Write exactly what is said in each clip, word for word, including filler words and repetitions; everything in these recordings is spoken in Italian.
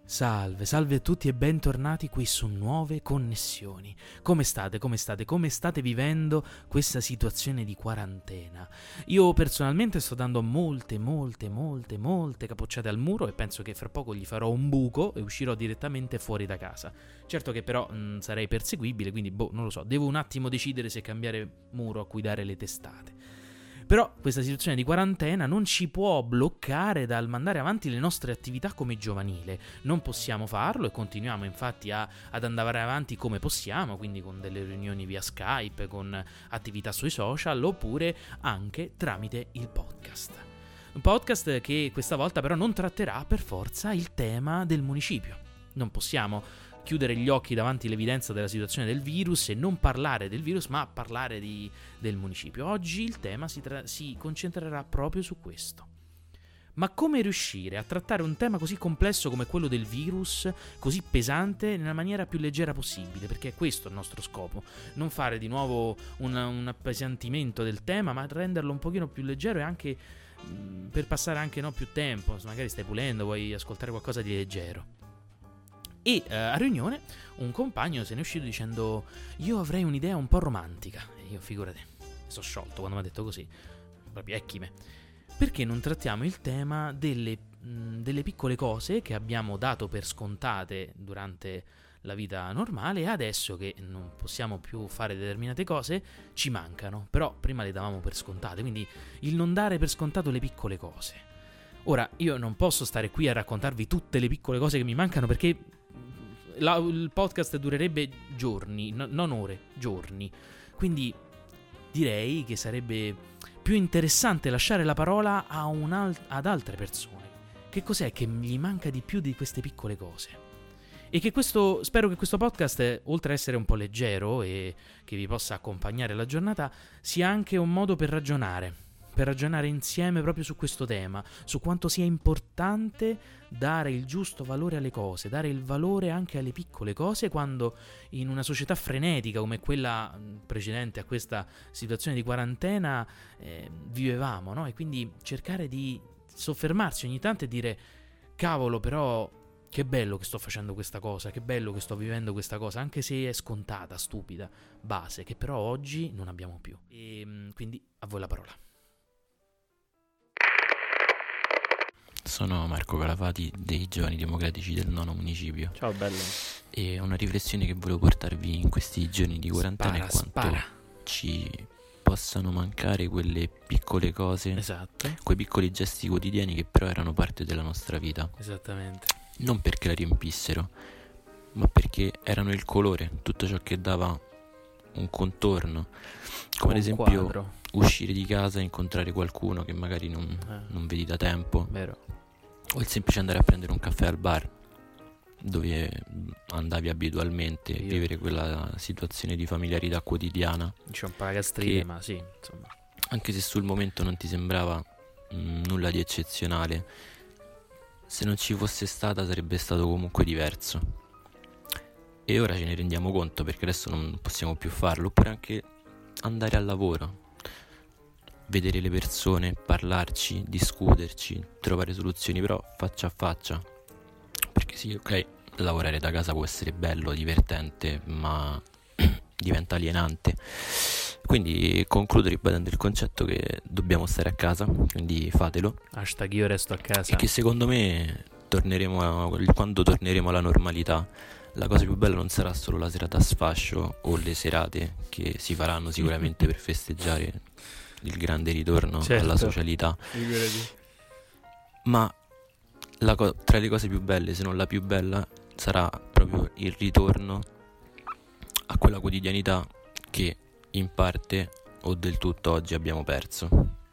Salve, salve a tutti e bentornati qui su Nuove Connessioni. Come state? Come state? Come state vivendo questa situazione di quarantena? Io personalmente sto dando molte, molte, molte, molte capocciate al muro e penso che fra poco gli farò un buco e uscirò direttamente fuori da casa. Certo che però mh, sarei perseguibile, quindi boh, non lo so, devo un attimo decidere se cambiare muro a cui dare le testate. Però questa situazione di quarantena non ci può bloccare dal mandare avanti le nostre attività come giovanile. Non possiamo farlo e continuiamo infatti a, ad andare avanti come possiamo, quindi con delle riunioni via Skype, con attività sui social, oppure anche tramite il podcast. Un podcast che questa volta però non tratterà per forza il tema del municipio. Non possiamo chiudere gli occhi davanti all'evidenza della situazione del virus e non parlare del virus, ma parlare di, del municipio. Oggi il tema si, tra- si concentrerà proprio su questo. Ma come riuscire a trattare un tema così complesso come quello del virus, così pesante, nella maniera più leggera possibile? Perché è questo il nostro scopo, non fare di nuovo un, un appesantimento del tema, ma renderlo un pochino più leggero e anche mh, per passare anche no, più tempo. Se magari stai pulendo, vuoi ascoltare qualcosa di leggero. E eh, a riunione un compagno se ne è uscito dicendo: io avrei un'idea un po' romantica. E io, figurati, mi sono sciolto quando mi ha detto così. Proprio ecchime. Perché non trattiamo il tema delle, mh, delle piccole cose che abbiamo dato per scontate durante la vita normale e adesso che non possiamo più fare determinate cose ci mancano. Però prima le davamo per scontate, quindi il non dare per scontato le piccole cose. Ora, io non posso stare qui a raccontarvi tutte le piccole cose che mi mancano perché La, il podcast durerebbe giorni, no, non ore, giorni. Quindi direi che sarebbe più interessante lasciare la parola a un al- ad altre persone. Che cos'è che gli manca di più di queste piccole cose? E che questo, spero che questo podcast, oltre a essere un po' leggero e che vi possa accompagnare la giornata, sia anche un modo per ragionare. Per ragionare insieme proprio su questo tema, su quanto sia importante dare il giusto valore alle cose, dare il valore anche alle piccole cose quando in una società frenetica come quella precedente a questa situazione di quarantena eh, vivevamo, no? E quindi cercare di soffermarsi ogni tanto e dire: cavolo, però che bello che sto facendo questa cosa, che bello che sto vivendo questa cosa, anche se è scontata, stupida, base, che però oggi non abbiamo più. E quindi a voi la parola. Sono Marco Calavati dei Giovani Democratici del Nono Municipio. Ciao bello. E una riflessione che volevo portarvi in questi giorni di quarantena Spara, è quanto spara. ci possano mancare quelle piccole cose, Esatto. quei piccoli gesti quotidiani che però erano parte della nostra vita. Esattamente. Non perché la riempissero, ma perché erano il colore, tutto ciò che dava un contorno. Come ad esempio quadro. Uscire di casa e incontrare qualcuno che magari non, Eh. non vedi da tempo. Vero. O il semplice andare a prendere un caffè al bar dove andavi abitualmente, Io. vivere quella situazione di familiarità quotidiana. C'è un po' la gastrite, che, ma sì, insomma. Anche se sul momento non ti sembrava mh, nulla di eccezionale, se non ci fosse stata sarebbe stato comunque diverso. E ora ce ne rendiamo conto perché adesso non possiamo più farlo. Oppure anche andare al lavoro, vedere le persone, parlarci, discuterci, trovare soluzioni, però faccia a faccia. Perché sì, ok, lavorare da casa può essere bello, divertente, ma diventa alienante. Quindi concludo ribadendo il concetto che dobbiamo stare a casa, quindi fatelo. Hashtag io resto a casa. E che secondo me torneremo a, quando torneremo alla normalità, la cosa più bella non sarà solo la serata a sfascio o le serate che si faranno sicuramente per festeggiare il grande ritorno certo. alla socialità, ma la co- tra le cose più belle, se non la più bella, sarà proprio il ritorno a quella quotidianità che in parte o del tutto oggi abbiamo perso.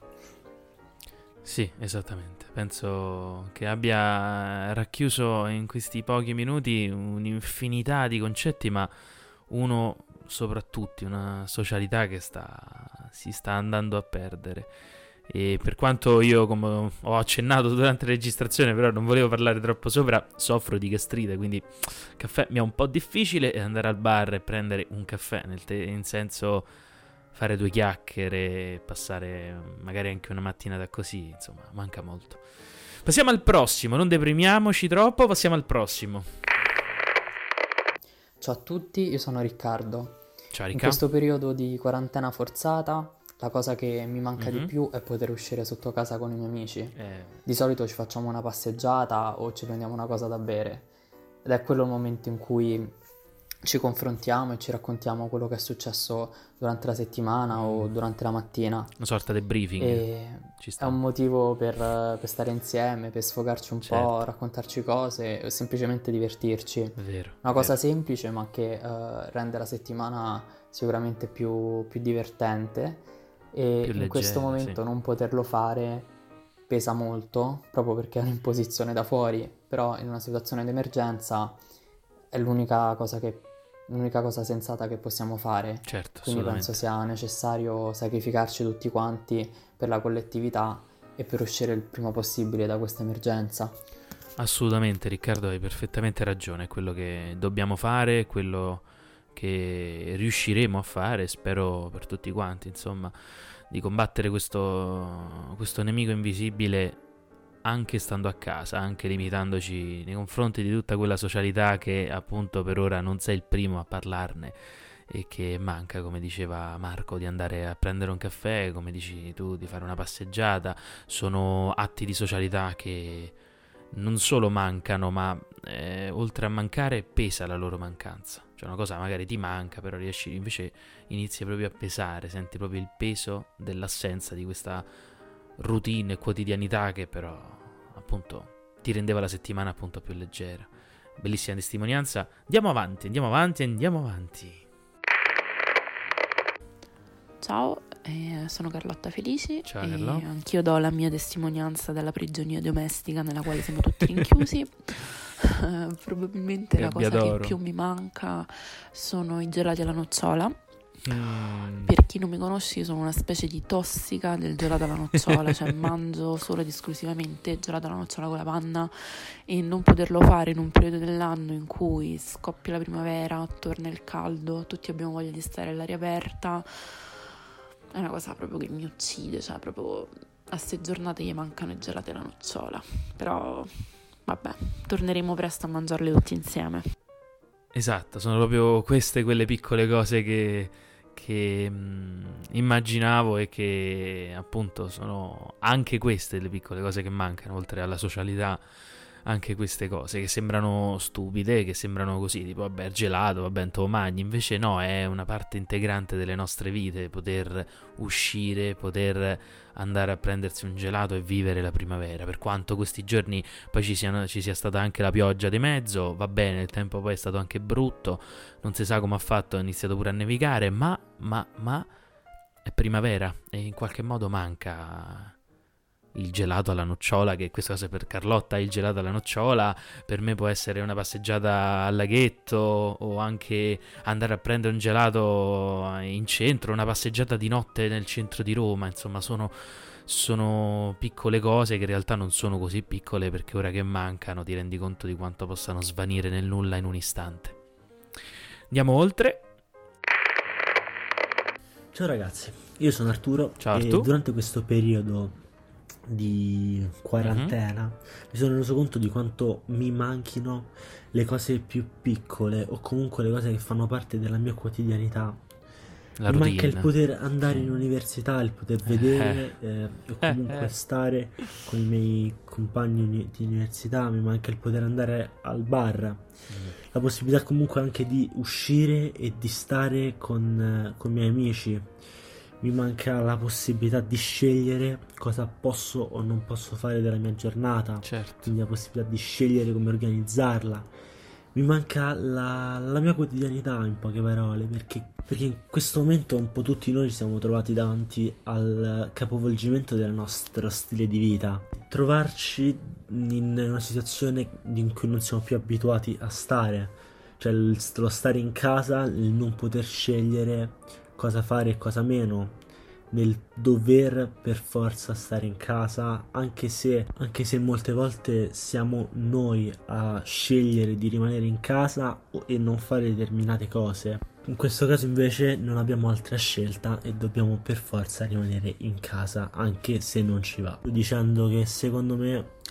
Sì, esattamente. Penso che abbia racchiuso in questi pochi minuti un'infinità di concetti, ma uno soprattutto, una socialità che sta si sta andando a perdere. E per quanto io, come ho accennato durante la registrazione, però non volevo parlare troppo sopra, soffro di gastrite, quindi il caffè mi è un po' difficile, e andare al bar e prendere un caffè, nel te- in senso fare due chiacchiere, passare magari anche una mattinata così, insomma, manca molto. Passiamo al prossimo, non deprimiamoci troppo, passiamo al prossimo. Ciao a tutti, io sono Riccardo. Ciao In Ricca. questo periodo di quarantena forzata, la cosa che mi manca Mhm. di più è poter uscire sotto casa con i miei amici. Eh, Di solito ci facciamo una passeggiata o ci prendiamo una cosa da bere. Ed è quello il momento in cui ci confrontiamo e ci raccontiamo quello che è successo durante la settimana o durante la mattina. una sorta di briefing. E Ci è sta. un motivo per, per stare insieme, per sfogarci un Certo. po', raccontarci cose o semplicemente divertirci. È vero. Una cosa vero. semplice ma che eh, rende la settimana sicuramente più, più divertente e Più in questo leggera, momento sì. non poterlo fare pesa molto proprio perché è un'imposizione da fuori, però in una situazione d'emergenza è l'unica cosa che, l'unica cosa sensata che possiamo fare. Certo, Quindi assolutamente. penso sia necessario sacrificarci tutti quanti per la collettività e per uscire il prima possibile da questa emergenza. Assolutamente, Riccardo, hai perfettamente ragione. È quello che dobbiamo fare, è quello che riusciremo a fare, spero per tutti quanti, insomma, di combattere questo, questo nemico invisibile anche stando a casa, anche limitandoci nei confronti di tutta quella socialità che appunto per ora non sei il primo a parlarne e che manca, come diceva Marco, di andare a prendere un caffè, come dici tu, di fare una passeggiata. Sono atti di socialità che non solo mancano, ma eh, oltre a mancare pesa la loro mancanza. Cioè una cosa magari ti manca, però riesci, invece inizi proprio a pesare, senti proprio il peso dell'assenza di questa routine e quotidianità che però appunto ti rendeva la settimana appunto più leggera. Bellissima testimonianza. Andiamo avanti, andiamo avanti, andiamo avanti. Ciao, eh, sono Carlotta Felici Ciao, e Carlo. anch'io do la mia testimonianza della prigionia domestica nella quale siamo tutti rinchiusi. Eh, probabilmente la cosa Gabbiadoro. che più mi manca sono i gelati alla nocciola. Mm. Per chi non mi conosce, io sono una specie di tossica del gelato alla nocciola, cioè mangio solo ed esclusivamente gelato alla nocciola con la panna, e non poterlo fare in un periodo dell'anno in cui scoppia la primavera, torna il caldo, tutti abbiamo voglia di stare all'aria aperta, è una cosa proprio che mi uccide, cioè proprio a ste giornate gli mancano i gelati alla nocciola, però vabbè, torneremo presto a mangiarli tutti insieme. Esatto, sono proprio queste quelle piccole cose che, che mh, immaginavo e che appunto sono anche queste le piccole cose che mancano, oltre alla socialità, anche queste cose che sembrano stupide, che sembrano così, tipo vabbè, il gelato, vabbè, te lo mangi, invece no, è una parte integrante delle nostre vite, poter uscire, poter andare a prendersi un gelato e vivere la primavera, per quanto questi giorni poi ci, siano, ci sia stata anche la pioggia di mezzo, va bene, il tempo poi è stato anche brutto, non si sa come ha fatto, è iniziato pure a nevicare, ma, ma, ma è primavera e in qualche modo manca il gelato alla nocciola, che questa cosa per Carlotta è il gelato alla nocciola, per me può essere una passeggiata al laghetto o anche andare a prendere un gelato in centro, una passeggiata di notte nel centro di Roma, insomma sono, sono piccole cose che in realtà non sono così piccole, perché ora che mancano ti rendi conto di quanto possano svanire nel nulla in un istante. Andiamo oltre. Ciao ragazzi, io sono Arturo. Ciao, e Artù. durante questo periodo di quarantena mi sono reso conto di quanto mi manchino le cose più piccole o comunque le cose che fanno parte della mia quotidianità. La Mi manca il routine. poter andare in università, il poter vedere eh, o comunque Eh. stare con i miei compagni uni- di università, mi manca il poter andare al bar, la possibilità comunque anche di uscire e di stare con, eh, con i miei amici. Mi manca la possibilità di scegliere cosa posso o non posso fare della mia giornata, Certo. quindi la possibilità di scegliere come organizzarla. Mi manca la, la mia quotidianità, in poche parole, perché, perché in questo momento un po' tutti noi ci siamo trovati davanti al capovolgimento del nostro stile di vita. Trovarci in una situazione in cui non siamo più abituati a stare, cioè il- lo stare in casa, il non poter scegliere cosa fare e cosa meno, nel dover per forza stare in casa, anche se, anche se molte volte siamo noi a scegliere di rimanere in casa o- e non fare determinate cose. In questo caso invece non abbiamo altra scelta e dobbiamo per forza rimanere in casa, anche se non ci va. Dicendo che secondo me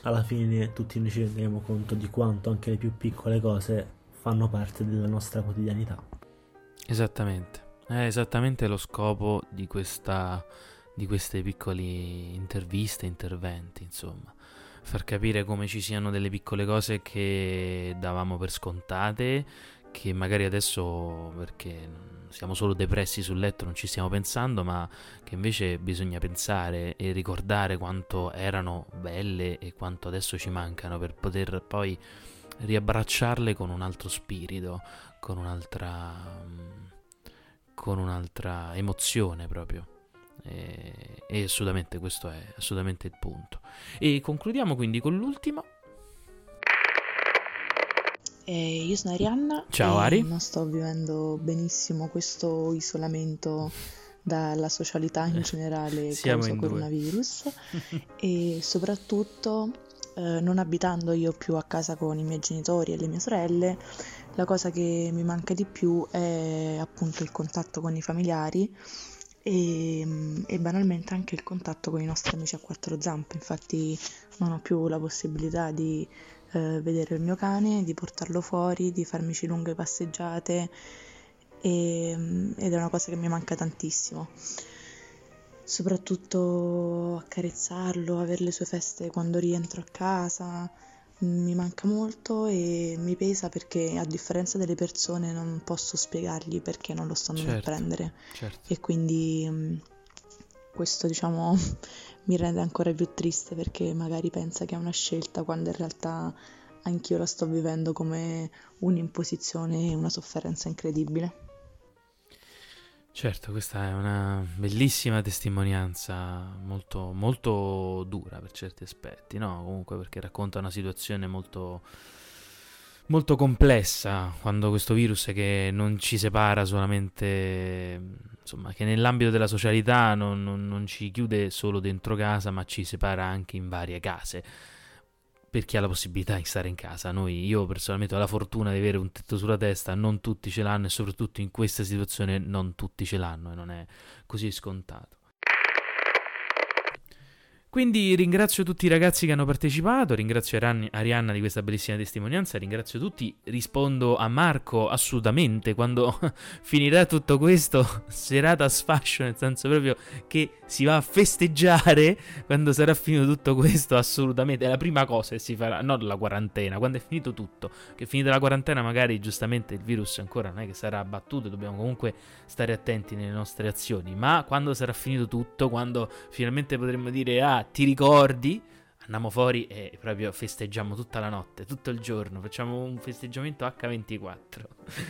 alla fine tutti noi ci rendiamo conto di quanto anche le più piccole cose fanno parte della nostra quotidianità. Esattamente, è esattamente lo scopo di questa, di queste piccole interviste, interventi, insomma. Far capire come ci siano delle piccole cose che davamo per scontate, che magari adesso, perché siamo solo depressi sul letto, non ci stiamo pensando, ma che invece bisogna pensare e ricordare quanto erano belle e quanto adesso ci mancano, per poter poi riabbracciarle con un altro spirito, con un'altra, con un'altra emozione proprio. E, e assolutamente questo è assolutamente il punto. E concludiamo quindi con l'ultimo. Eh, io sono Arianna. Ciao e Ari. Non sto vivendo benissimo questo isolamento dalla socialità in generale Siamo causa in due. coronavirus e soprattutto eh, non abitando io più a casa con i miei genitori e le mie sorelle, la cosa che mi manca di più è appunto il contatto con i familiari e, e banalmente anche il contatto con i nostri amici a quattro zampe. Infatti non ho più la possibilità di eh, vedere il mio cane, di portarlo fuori, di farmici lunghe passeggiate e, ed è una cosa che mi manca tantissimo. Soprattutto accarezzarlo, avere le sue feste quando rientro a casa, mi manca molto e mi pesa perché a differenza delle persone non posso spiegargli perché non lo sto andando Certo, a prendere certo. e quindi mh, questo diciamo mi rende ancora più triste perché magari pensa che è una scelta quando in realtà anch'io la sto vivendo come un'imposizione e una sofferenza incredibile. Certo, questa è una bellissima testimonianza, molto, molto dura per certi aspetti, no? Comunque perché racconta una situazione molto, molto complessa, quando questo virus che non ci separa solamente, insomma, che nell'ambito della socialità non, non- non ci chiude solo dentro casa, ma ci separa anche in varie case. Per chi ha la possibilità di stare in casa. Noi, io personalmente ho la fortuna di avere un tetto sulla testa, non tutti ce l'hanno e soprattutto in questa situazione non tutti ce l'hanno e non è così scontato. Quindi ringrazio tutti i ragazzi che hanno partecipato, ringrazio Aran- Arianna di questa bellissima testimonianza, ringrazio tutti, rispondo a Marco assolutamente quando finirà tutto questo, serata a sfascio, nel senso proprio che si va a festeggiare quando sarà finito tutto questo, assolutamente, è la prima cosa che si farà, non la quarantena, quando è finito tutto, che finita la quarantena magari giustamente il virus ancora non è che sarà abbattuto, dobbiamo comunque stare attenti nelle nostre azioni, ma quando sarà finito tutto, quando finalmente potremo dire ah ti ricordi, andiamo fuori e proprio festeggiamo tutta la notte, tutto il giorno, facciamo un festeggiamento acca ventiquattro.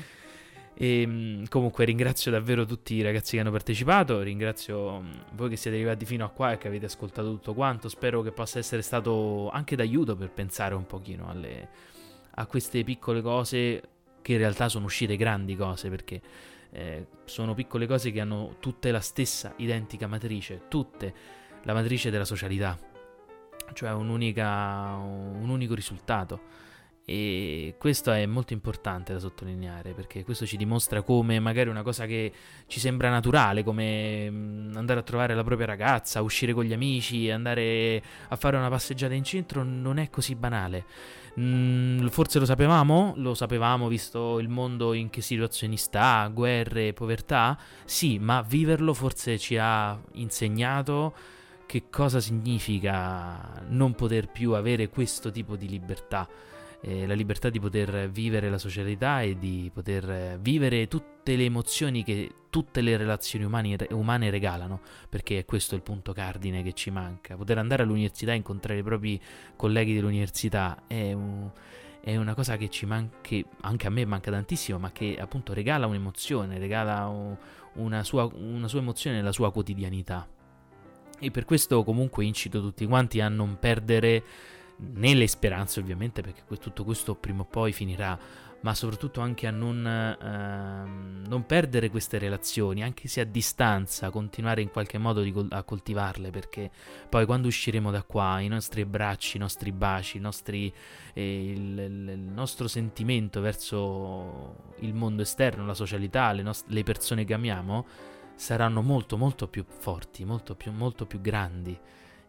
E comunque ringrazio davvero tutti i ragazzi che hanno partecipato, ringrazio voi che siete arrivati fino a qua e che avete ascoltato tutto quanto, spero che possa essere stato anche d'aiuto per pensare un pochino alle, a queste piccole cose che in realtà sono uscite grandi cose, perché eh, sono piccole cose che hanno tutte la stessa identica matrice, tutte la matrice della socialità, cioè un'unica, un unico risultato. E questo è molto importante da sottolineare, perché questo ci dimostra come magari una cosa che ci sembra naturale, come mm, andare a trovare la propria ragazza, uscire con gli amici, andare a fare una passeggiata in centro, non è così banale. Mm, forse lo sapevamo? Lo sapevamo visto il mondo in che situazioni sta, guerre, povertà? Sì, ma viverlo forse ci ha insegnato che cosa significa non poter più avere questo tipo di libertà. Eh, la libertà di poter vivere la socialità e di poter vivere tutte le emozioni che tutte le relazioni umani, umane regalano, perché è questo il punto cardine che ci manca. Poter andare all'università e incontrare i propri colleghi dell'università è, un, è una cosa che ci manca, che anche a me manca tantissimo, ma che appunto regala un'emozione, regala un, una, sua, una sua emozione nella sua quotidianità. E per questo comunque incito tutti quanti a non perdere né le speranze, ovviamente, perché tutto questo prima o poi finirà, ma soprattutto anche a non, ehm, non perdere queste relazioni, anche se a distanza, continuare in qualche modo di col- a coltivarle, perché poi quando usciremo da qua, i nostri abbracci, i nostri baci, i nostri, eh, il, il- il nostro sentimento verso il mondo esterno, la socialità, le, nost- le persone che amiamo, saranno molto molto più forti, molto più, molto più grandi.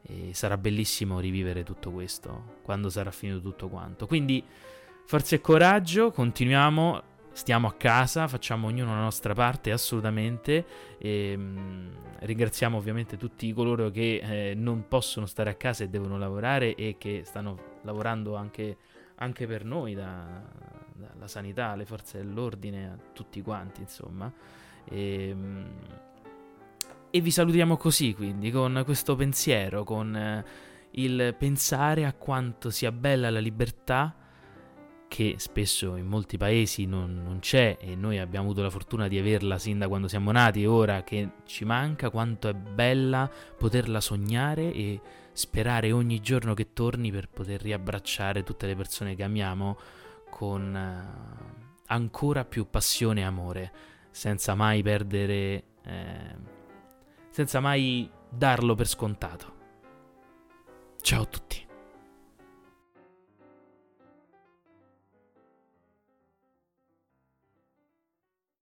e sarà bellissimo rivivere tutto questo quando sarà finito tutto quanto. Quindi forza e coraggio, continuiamo, stiamo a casa, facciamo ognuno la nostra parte assolutamente, e mh, ringraziamo ovviamente tutti coloro che eh, non possono stare a casa e devono lavorare e che stanno lavorando anche, anche per noi, da, dalla sanità alle forze dell'ordine, a tutti quanti, insomma. E, mh, e vi salutiamo così, quindi, con questo pensiero, con eh, il pensare a quanto sia bella la libertà, che spesso in molti paesi non, non c'è, e noi abbiamo avuto la fortuna di averla sin da quando siamo nati, e ora che ci manca, quanto è bella poterla sognare e sperare ogni giorno che torni per poter riabbracciare tutte le persone che amiamo con uh, ancora più passione e amore, senza mai perdere, eh, senza mai darlo per scontato. Ciao a tutti.